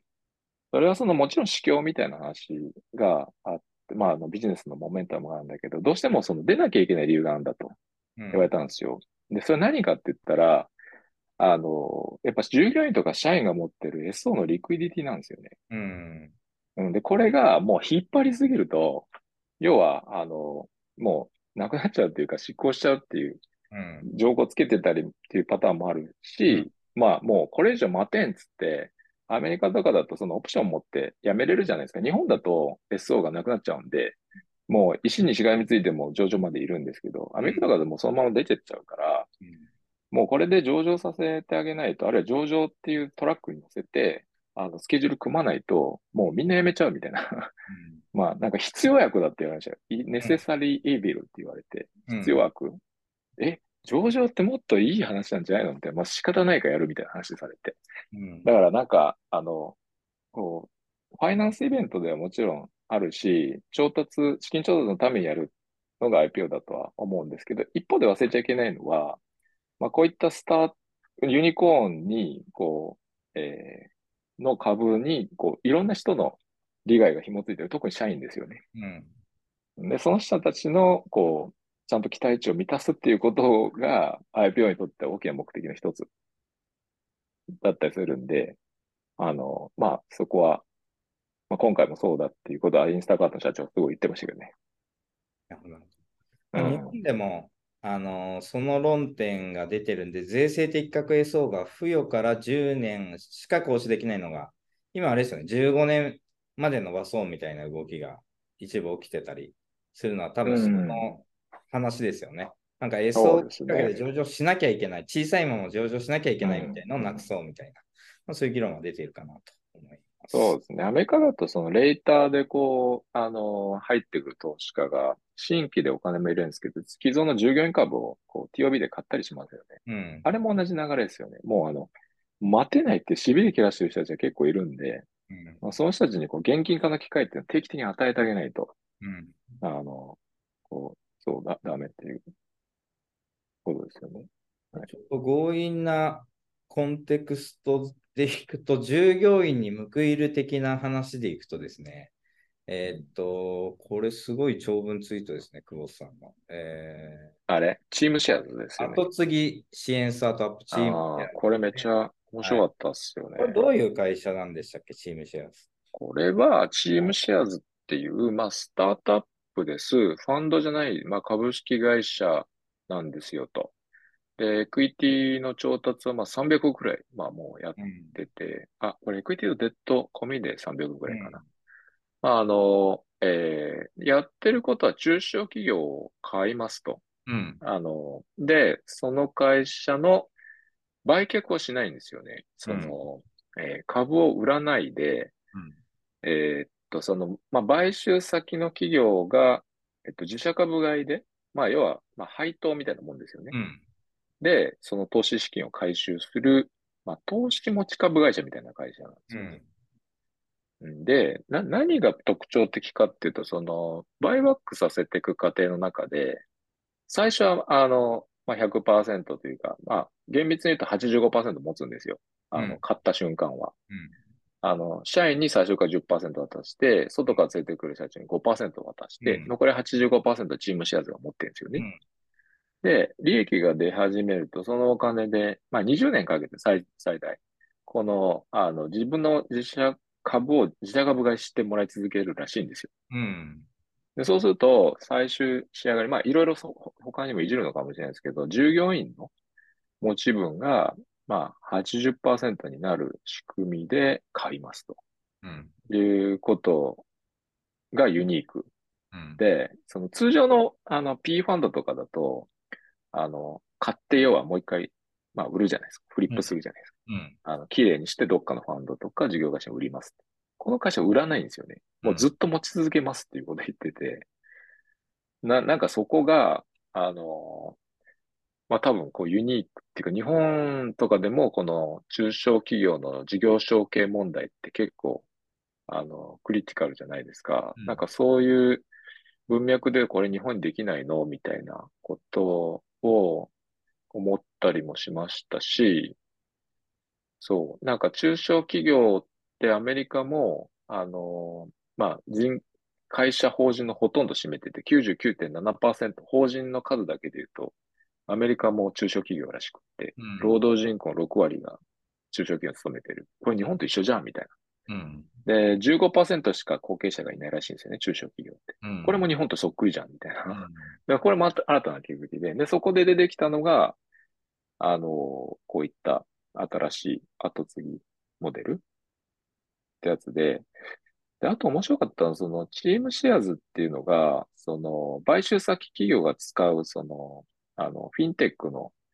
それはそのもちろん市況みたいな話があって、まあ、あのビジネスのモメンタムがあるんだけど、どうしてもその出なきゃいけない理由があるんだと言われうん。 たんですよ。で、それ何かって言ったら、あの、やっぱ従業員とか社員が持ってる エスオー のリクイディティなんですよね。 うん。 うん、で、これがもう引っ張りすぎると、要は、あの、もうなくなっちゃうっていうか、執行しちゃうっていううん。 情報つけてたりっていうパターンもあるうん。 し、まあもうこれ以上待てんっつって、アメリカとかだとそのオプション持ってやめれるじゃないですか。日本だと エスオー がなくなっちゃうんで、もう石にしがみついても上場までいるんですけど、アメリカとかでもそのまま出てっちゃうから、 もうこれで上場させてあげないと、あるいは上場っていうトラックに乗せて、あの、スケジュール組まないと、もうみんな辞めちゃうみたいな。 うん。 まあ、なんか必要悪だって言われましたよ。ネうん。 セサリーイービルって言われて、必要うん。 悪え、上場ってもっといい話なんじゃないのみたいな、まあ仕方ないからやるみたいな話されて。 うん。 だからなんか、あの、こう、ファイナンスイベントではもちろんあるし、調達、資金調達のためにやるのが アイピーオー だとは思うんですけど、一方で忘れちゃいけないのは、まあこういったスター、ユニコーンに、こう、えーの株に、こう、いろんな人の利害が紐ついてる、特に社員ですよね。 うん。 で、その人たちの、こう、ちゃんと期待値を満たすっていうことが アイピーオー にとって大きな目的の一つだったりするんで、あの、まあ、そこは、まあ、今回もそうだっていうことは、インスタカートの社長すごい言ってましたけどね。 なるほど。まあ、日うん。 本でも、あのその論点が出てるんで、税制的確約層が付与からじゅうねんしか行使できないのが、今あれですよね、じゅうごねんまで伸ばそうみたいな動きが一部起きてたりするのは、多う分そん。 の話ですよね。なんかそうエスオー きっかけでですね。 上場しなきゃいけない、小さいまま上場しなきゃいけうん。 ないみたいなのをなくうん。 そうみたいな、まあ、そういう議論が出ているかなと思います。 そうですね。アメリカだと、そのレーターでこう、あの、入ってくる投資家が、新規でお金も入れるんですけど、既存の従業員株をこう ティーオービー で買ったりしますよね。 うん。 あれも同じ流れですよね。もうあの、待てないってしびれ切らしてる人たちが結構いるんで、 うん。 まあ、その人たちにこう現金化の機会っていうのを定期的に与えてあげないと、 うん。 あの、こう、そうだ、ダメっていうことですよね。はい。 ちょっと強引なコンテクストでいくと、従業員に報いる的な話でいくとですね、えーっと、これすごい長文ツイートですね、久保田さんの。えあれ、チームシェアーズですー、 よね。 後継ぎ支援スタートアップチームシェああ、 アこれめっですね。 ちゃ面はい。 白かったっすよね。 これどういう会社なんでしたっけ、チームシェアズ。 これはチームシェアーズっていう、まあ、スタートアップです。ファンドじゃない、まあ、株式会社なんですよと。で、エクイティの調達はまあさんびゃくおくくらい、まあもうやっうん。 てて、あ、これエクイティとデッド込みでさんびゃくくくらいかな。 うん。 まあ、あの、えーやってることは中小企業を買いますと。 うん。 あの、で、その会社の売却をしないんですよね。 うん。 その、えー株を売らないで、 うん。 えーっと、その、まあ、買収先の企業が、えっと、自社株買いで、まあ、要は、まあ、配当みたいなもんですよね。 うん。 で、その投資資金を回収する、まあ、投資持ち株会社みたいな会社なんですよね。 うん。 うんで、な、何が特徴的かっていうと、その、バイバックさせていく過程の中で、最初は、あの、まあ、ひゃくパーセントというか、まあ、厳密に言うとはちじゅうごパーセント持つんですよ。あの、 うん。 買った瞬間は。 うん。 あの、社員に最初からじゅっパーセント渡して、外から連れてくる社長にごパーセント渡して、 うん。 残りはちじゅうごパーセントチームシェアーズが持ってるんですよね。 うん。 で、利益が出始めると、そのお金で、まあにじゅうねんかけて最、最大、この、あの、自分の自社株を自社株買いしてもらい続けるらしいんですよ。 うん。 で、そうすると、最終仕上がり、まあいろいろそ他にもいじるのかもしれないですけど、従業員の持ち分が、まあはちじゅっパーセントになる仕組みで買いますとうん。 いうことがユニークうん。 で、その通常のあの P ファンドとかだと、あの、買って要はもう一回、まあ売るじゃないですか。フリップするじゃないですか。 うん。 あの、綺麗にしてどっかのファンドとか事業会社に売ります。この会社売らないんですよね。もうずっうん。 と持ち続けますっていうことを言ってて、な、なんかそこが、あの、まあ多分こうユニークっていうか日本とかでもこの中小企業の事業承継問題って結構あの、クリティカルじゃないですか。 うん。 なんかそういう文脈でこれ日本にできないのみたいなことを思ったりもしましたし、そう、なんか中小企業ってアメリカも、あの、まあ、人、会社法人のほとんど占めててきゅうじゅうきゅうてんななパーセント、法人の数だけで言うと、アメリカも中小企業らしくって、 うん。 労働人口のろく割が中小企業に勤めてる。これ日本と一緒じゃんみたいな。 うん。 で、じゅうごパーセントしか後継者がいないらしいんですよね、中小企業って。 うん。 これも日本とそっくりじゃん、みたいな。だかうん。 らこれも新たな気づきで、で、そこで出てきたのが、あの、こういった新しい後継ぎモデルってやつで、で、あと面白かったのは、その、チームシェアーズっていうのが、その、買収先企業が使う、その、あの、フィンテックの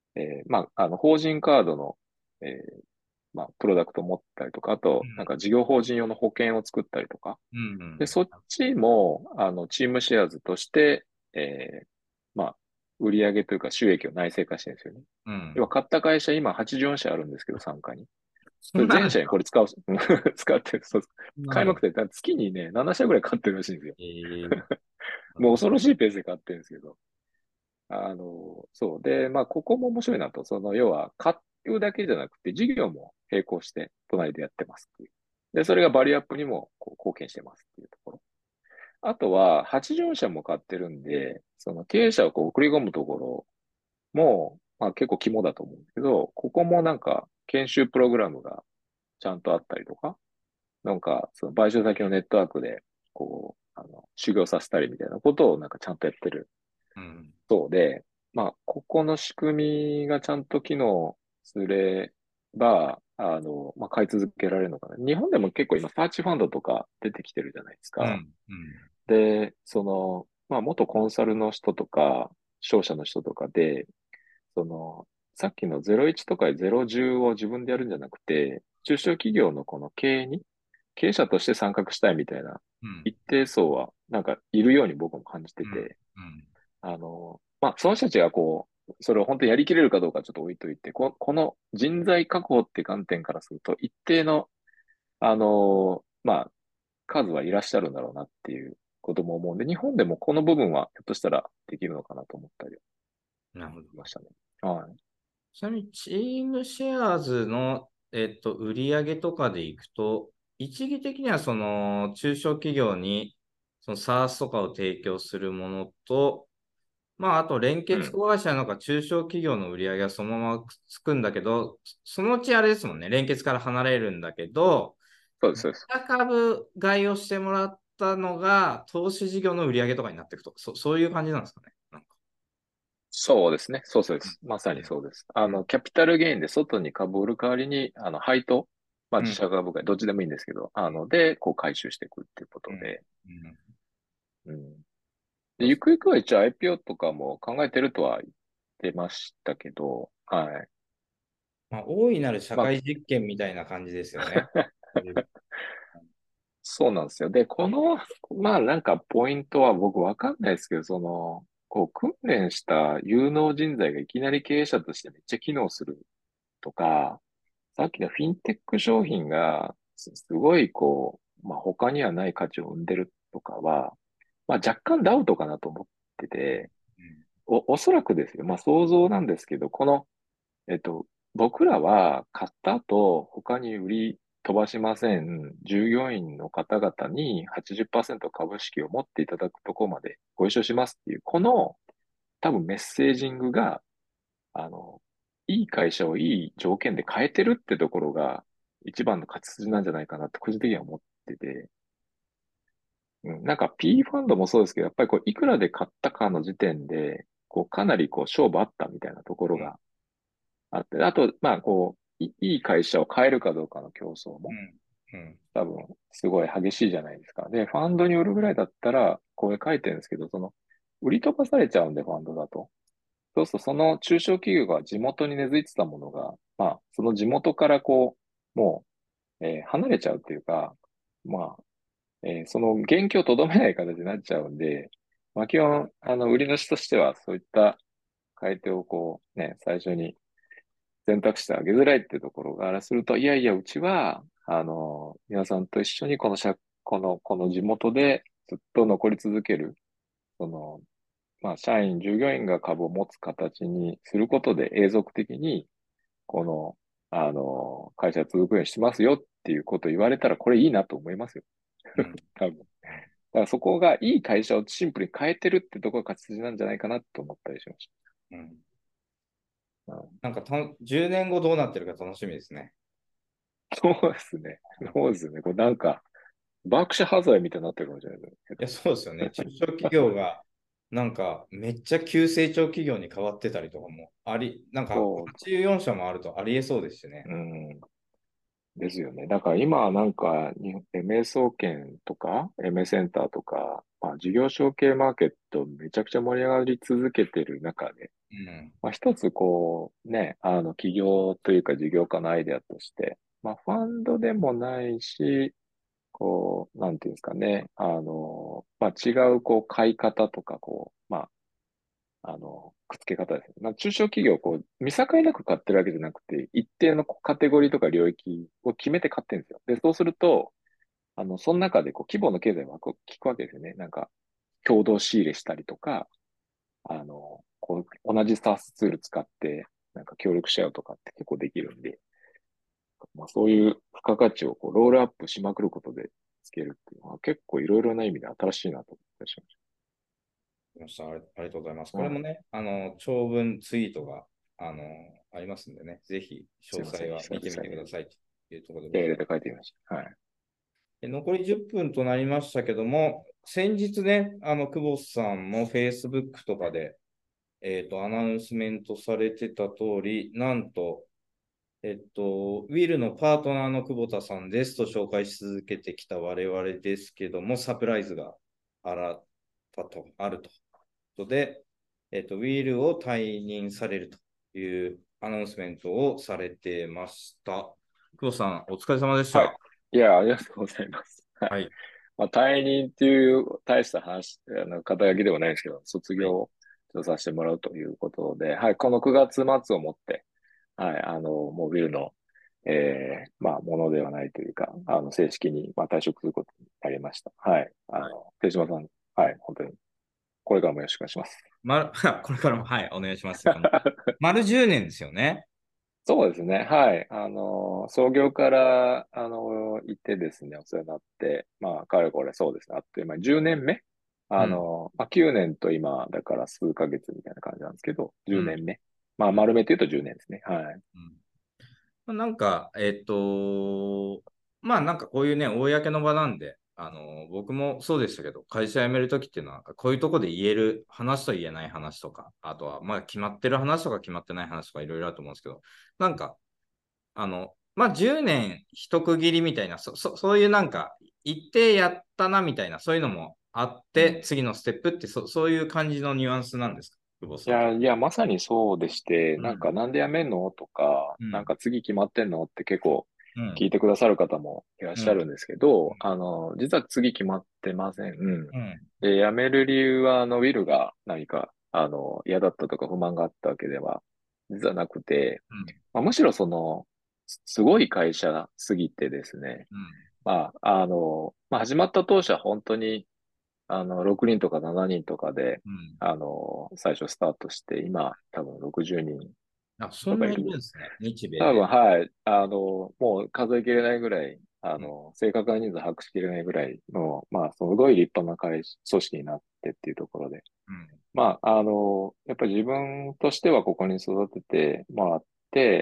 えーまあ、あの、法人カードの、えーまあ、プロダクトを持ったりとか、あと、なんうか事業法人用の保険を作ったりとか、 ん。うん。 で、そっちも、あの、チームシェアーズとして、えーまあ、売上というか収益を内製化してるんですよね。 うん。 要は買った会社今はちじゅうよん社あるんですけど、傘下に。 そんなの、 全社にこれ使う、使ってる。そうそんなの。 開幕って月にね、なな社ぐらい買ってるらしいんですよ。 えー、 もう恐ろしいペースで買ってるんですけど。あの、そう。で、まあ、ここも面白いなと。その、要は、買うだけじゃなくて、事業も並行して隣でやってますっていう。で、それがバリューアップにもこう貢献してますっていうところ。あとは、はちじゅうよん社も買ってるんで、その経営者をこう送り込むところも、まあ結構肝だと思うんですけど、ここもなんか研修プログラムがちゃんとあったりとか、なんかその買収先のネットワークで、こう、あの、修行させたりみたいなことをなんかちゃんとやってるうん。 そうで、まあ、ここの仕組みがちゃんと機能すれば、あの、まあ、買い続けられるのかな。日本でも結構今、サーチファンドとか出てきてるじゃないですか。 うん。うん。 で、その、まあ、元コンサルの人とか、商社の人とかで、その、さっきのゼロイチとかゼロじゅうを自分でやるんじゃなくて、中小企業のこの経営に、経営者として参画したいみたいなうん。 一定層は、なんかいるように僕も感じてうん。 て、 うん。 あの、まあ、その人たちがこう、それを本当にやりきれるかどうかちょっと置いといて、こ、この人材確保って観点からすると、一定の、あの、まあ、数はいらっしゃるんだろうなっていうことも思うんで、日本でもこの部分はひょっとしたらできるのかなと思ったりなるほど。 しましたね。はい。 ちなみに、チームシェアーズの、えっと、売上とかでいくと、一義的にはその中小企業にその SaaS とかを提供するものと、まあ、あと連うん。 結子会社なんか中小企業の売り上げはそのままくっつくんだけど、そのうちあれですもんね、連結から離れるんだけど、 そうです、そうです。 株買いをしてもらったのが投資事業の売り上げとかになっていくと、そ、そういう感じなんですかね。なんか。 そうですね。そうそうでうん。 す。まさうん。 にそうです。あの、キャピタルゲインで外に株を売る代わりに、あの、配当、まあうん。 自社株買い、どっちでもいいんですけど、あの、で、こう回収していくっていうこうん。 とで、 うん。 うん。で、 そう。 ゆくゆくは一応 アイピーオー とかも考えてるとは言ってましたけど、はい。 まあ、大いなる社まあ、 会実験みたいな感じですよね。そういう。 そうなんですよ。で、この、まあなんかポイントは僕わかんないですけど、その、こう訓練した有能人材がいきなり経営者としてめっちゃ機能するとか、さっきのフィンテック商品がすすごいこう、まあ他にはない価値を生んでるとかは、まあ若干ダウトかなと思ってて、 うん。 お、おそらくですよ。まあ想像なんですけど、このえっと、僕らは買った後、他に売り飛ばしません。従業員の方々にはちじゅっパーセント株式を持っていただくところまでご一緒しますっていう、この多分メッセージングが、あの、いい会社をいい条件で変えてるってところが一番の勝ち筋なんじゃないかなって個人的には思ってて、うん、なんか P ファンドもそうですけど、やっぱりこう、いくらで買ったかの時点で、こう、かなりこう、勝負あったみたいなところうん。 があって、あと、まあ、こう、いいい会社を変えるかどうかの競争もうん。うん。 多分すごい激しいじゃないですか。で、ファンドに売るぐらいだったら、これ書いてるんですけど、その、売り飛ばされちゃうんで、ファンドだと。そうすると、その中小企業が地元に根付いてたものが、まあ、その地元からこう、もう、えー離れちゃうっていうか、まあ、えーその元気をとどめない形になっちゃうんで、まあ、基本、あの、売り主としては、そういった買い手をこう、ね、最初に選択肢を上げづらいっていうところからすると、いやいや、うちは、あの、皆さんと一緒にこの社、この、この地元でずっと残り続ける、その、まあ、社員、従業員が株を持つ形にすることで永続的に、この、あの、会社続くようにしますよっていうことを言われたら、これいいなと思いますよ。 うん。 多分。だからそこがいい会社をシンプルに変えてるってところが勝ち筋なんじゃないかなと思ったりしましうん。 た。うん、 なんかた、じゅうねんごどうなってるか楽しみですね。 そうですね。そうですね。これなんか、バークシャーハザードみたいになってるかもしれないですね。下いや、 手しそうですよね。中小企業が、なんか、めっちゃ急成長企業に変わってたりとかもあり、なんか、 そう、 はちじゅうよん社もあるとありえそうですしね。 うん。 ですよね。だから今なんか、に エムエー 総研とか、エムエー センターとか、まあ、事業承継マーケットめちゃくちゃ盛り上がり続けてる中で、 うん。 まあ、一つこう、ね、あの、企業というか事業家のアイデアとして、まあ、ファンドでもないし、こう、なんていうんですかね、あの、まあ、違う、こう、買い方とか、こう、まあ、あの、くっつけ方ですね。まあ、中小企業、こう、見境なく買ってるわけじゃなくて、一定のこうカテゴリーとか領域を決めて買ってるんですよ。で、そうすると、あの、その中で、こう、規模の経済はこう効くわけですよね。なんか、共同仕入れしたりとか、あの、こう、同じ サース ツール使って、なんか協力し合うとかって結構できるんで、まあ、そういう付加価値をこうロールアップしまくることでつけるっていうのは結構いろいろな意味で新しいなと思ったりしましたありありがとうございます。 ました。はい。 これもね、あの、長文ツイートが、あの、ありますんでね、ぜひ詳すいません。 細は見てみ久々にてくださいというところでございます。 気合い入れて書いてみました。はい。 で残りじゅっぷんとなりましたけども、先日ね、あの、久保田さんも Facebook とかで、えっと、アナウンスメントされてた通り、なんと、えっと、ウィルのパートナーの久保田さんですと紹介し続けてきた我々ですけども、サプライズがあらたと、あるということで、えっと、ウィルを退任されるというアナウンスメントをされてました。久保さん、お疲れ様でしはい。 た。 いや、ありがとうございます。はい。 はい。 まあ、退任っていう大した話、あの、肩書きではないんですけど、卒はい。 業をさせてもらうということで、はい。このくがつ末をもって、はい。あの、もうビルの、えー、まあ、ものではないというか、あの、正式に、まあ、退職することになりました。はい。あはい。 の、手島さん、はい。本当に、これからもよろしくお願いします。 ま、これからも、はい、お願いします。この丸じゅうねんですよね。 そうですね。はい。あの、創業から、あの、いてですね、お世話になって、まあ、かれこれそうですね。あっという間にじゅうねんめ。 うん。 あの、まあ、きゅうねんと今、だから数ヶ月みたいな感じなんですけど、10 うん。 年目。まあ、 うん。 丸めて言うとじゅうねんですね。はい。 うん、なんか、えっと、まあなんかこういうね、公の場なんで、あの、僕もそうでしたけど、会社辞めるときっていうのは、こういうとこで言える話と言えない話とか、あとは、まあ決まってる話とか決まってない話とかいろいろあると思うんですけど、なんか、あの、まあじゅうねん一区切りみたいな、そ、そ、そういうなんか、一定やったなみたいな、そういうのもあって、 うん。 次のステップってそ、そういう感じのニュアンスなんですか、久保さんと。 いや、いや、まさにそうでして、 うん。 なんか、なんで辞めんのとか、 うん。 なんか次決まってんのって結構うん。 聞いてくださる方もいらっうん。 しゃるんですけど、あの、実は次決まってません。うん。 うん。 で、辞める理由は、あの、ウィルが何か、あの、嫌だったとか不満があったわけでは、実はなくて、 うん。 まあ、むしろその、すすごい会社すぎてですね、 うん。 まあ、あの、まあ、始まった当初は本当に、あの、ろくにんとかしちにんとかで、 うん。 あの、最初スタートして、今、多分ろくじゅうにんあ、そんないるんとかいる。 ですね。日米多分、 で。 はい。あの、もう数えきれないぐらい、あうん。 の、正確な人数把握しきれないぐらいの、まあ、すごい立派な会組織になってっていうところで。 うん。 まあ、あの、やっぱり自分としてはここに育ててもらって、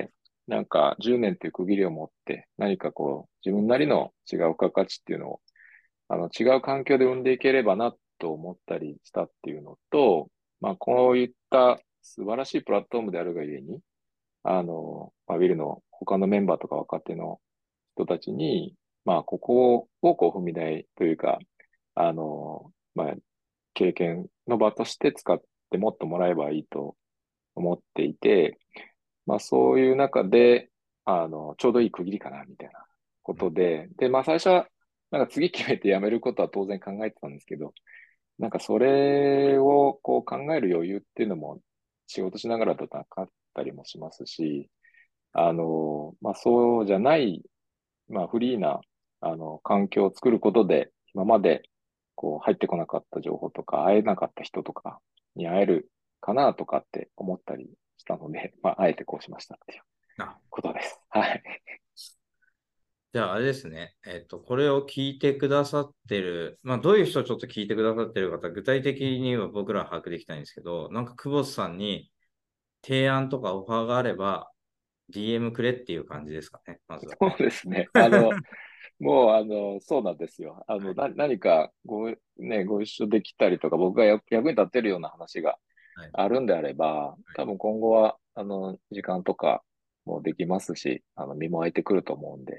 なんかじゅうねんっていう区切りを持って、何かこう、自分なりの違う付加価値っていうのを、あの、違う環境で生んでいければなと思ったりしたっていうのと、まあ、こういった素晴らしいプラットフォームであるがゆえに、あの、まあ、ウィルの他のメンバーとか若手の人たちに、まあ、ここをこう踏み台というか、あの、まあ、経験の場として使ってもっともらえばいいと思っていて、まあ、そういう中で、あの、ちょうどいい区切りかな、みたいなこうん。 とで、で、まあ、最初は、なんか次決めて辞めることは当然考えてたんですけど、なんかそれをこう考える余裕っていうのも仕事しながらだとなかったりもしますし、あの、まあ、そうじゃない、まあ、フリーな、あの、環境を作ることで、今まで、こう、入ってこなかった情報とか、会えなかった人とかに会えるかなとかって思ったりしたので、まあ、あえてこうしましたっていうあ、 ことです。はい。 じゃああれですね。えっと、これを聞いてくださってる、まあ、どういう人ちょっと聞いてくださってる方、具体的には僕らは把握できたいんですけど、なんか久保田さんに提案とかオファーがあれば、ディーエム くれっていう感じですかね、まずはそうね。 ですね。あの、もう、あの、そうなんですよ。あの、 はい。 な、何かご、ね、ご一緒できたりとか、僕が役役に立ってるような話がはい。 あるんであれば、多分今後は、あの、時間とかもできますし、あの、身も空いてくると思うんで、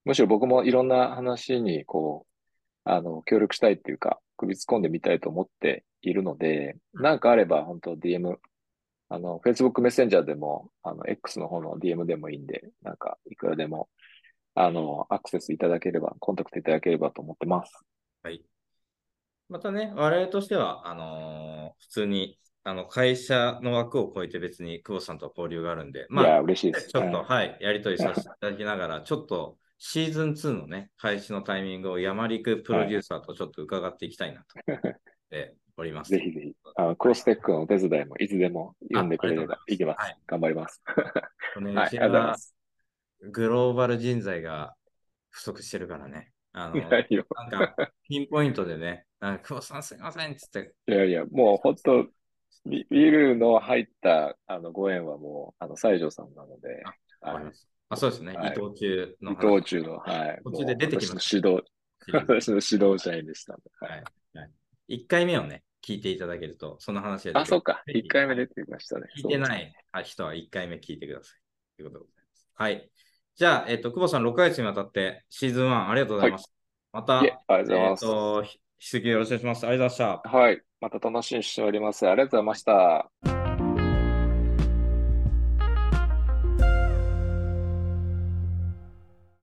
むしろ僕もいろんな話に、こう、あの、協力したいっていうか、首突っ込んでみたいと思っているので、 うんなんかあれば、本当 ディーエム、あの、Facebook メッセンジャーでも、あの、X の方の ディーエム でもいいんで、なんか、いくらでも、あの、アクセスいただければ、コンタクトいただければと思ってます。 はい。またね、我々としては、あのー普通に、あの、会社の枠を超えて別に久保さんとは交流があるんで、まあ、 いや、嬉しいです。 ちょっと、 はい。 はい、やりとりさせていただきながら、ちょっとシーズンツーのね、開始のタイミングを山陸プロはい。 デューサーとちょっと伺っていきたいなと思っておりますと。 ぜひぜひ、あの、クロステックのお手伝いもいつでも読んあ、ありがとうでくれればございます。 いきます。 はい。 頑張ります。 ね、うはい、ありがとうございまちはす。 グローバル人材が不足してるからね。あいの、 やいや、 なんか、ピンポイントでね、なんか久保さんすいませんっつって、 いやいや、もう本当、ビビールの入ったあのご縁はもう、あの、西条さんなので、 あ、わはい。 かります。あ、そうですね。伊はい。 藤忠の伊話。 藤忠の、はい。 途中でもう私出てきましたね。 の指導、 シリーズ。 私の指導者員でしたんで、はい。 はい。はい。いっかいめをね、聞いていただけると、その話が出あ、 てくる。 そうか。 ぜひ、 一回目出はい。 てきましたね。 聞いそうですね。 てない人はいっかいめ聞いてください。ということでございます。はい。じゃあ、えっと、久保さん、ろっかげつにわたってシーズンワンありがとうござはい。 います。まいえ、 た、 ありがとうございえっます。 と、引き続きよろしくお願いします。ありがとうございました。 はい。また楽しみにしております。ありがとうございました。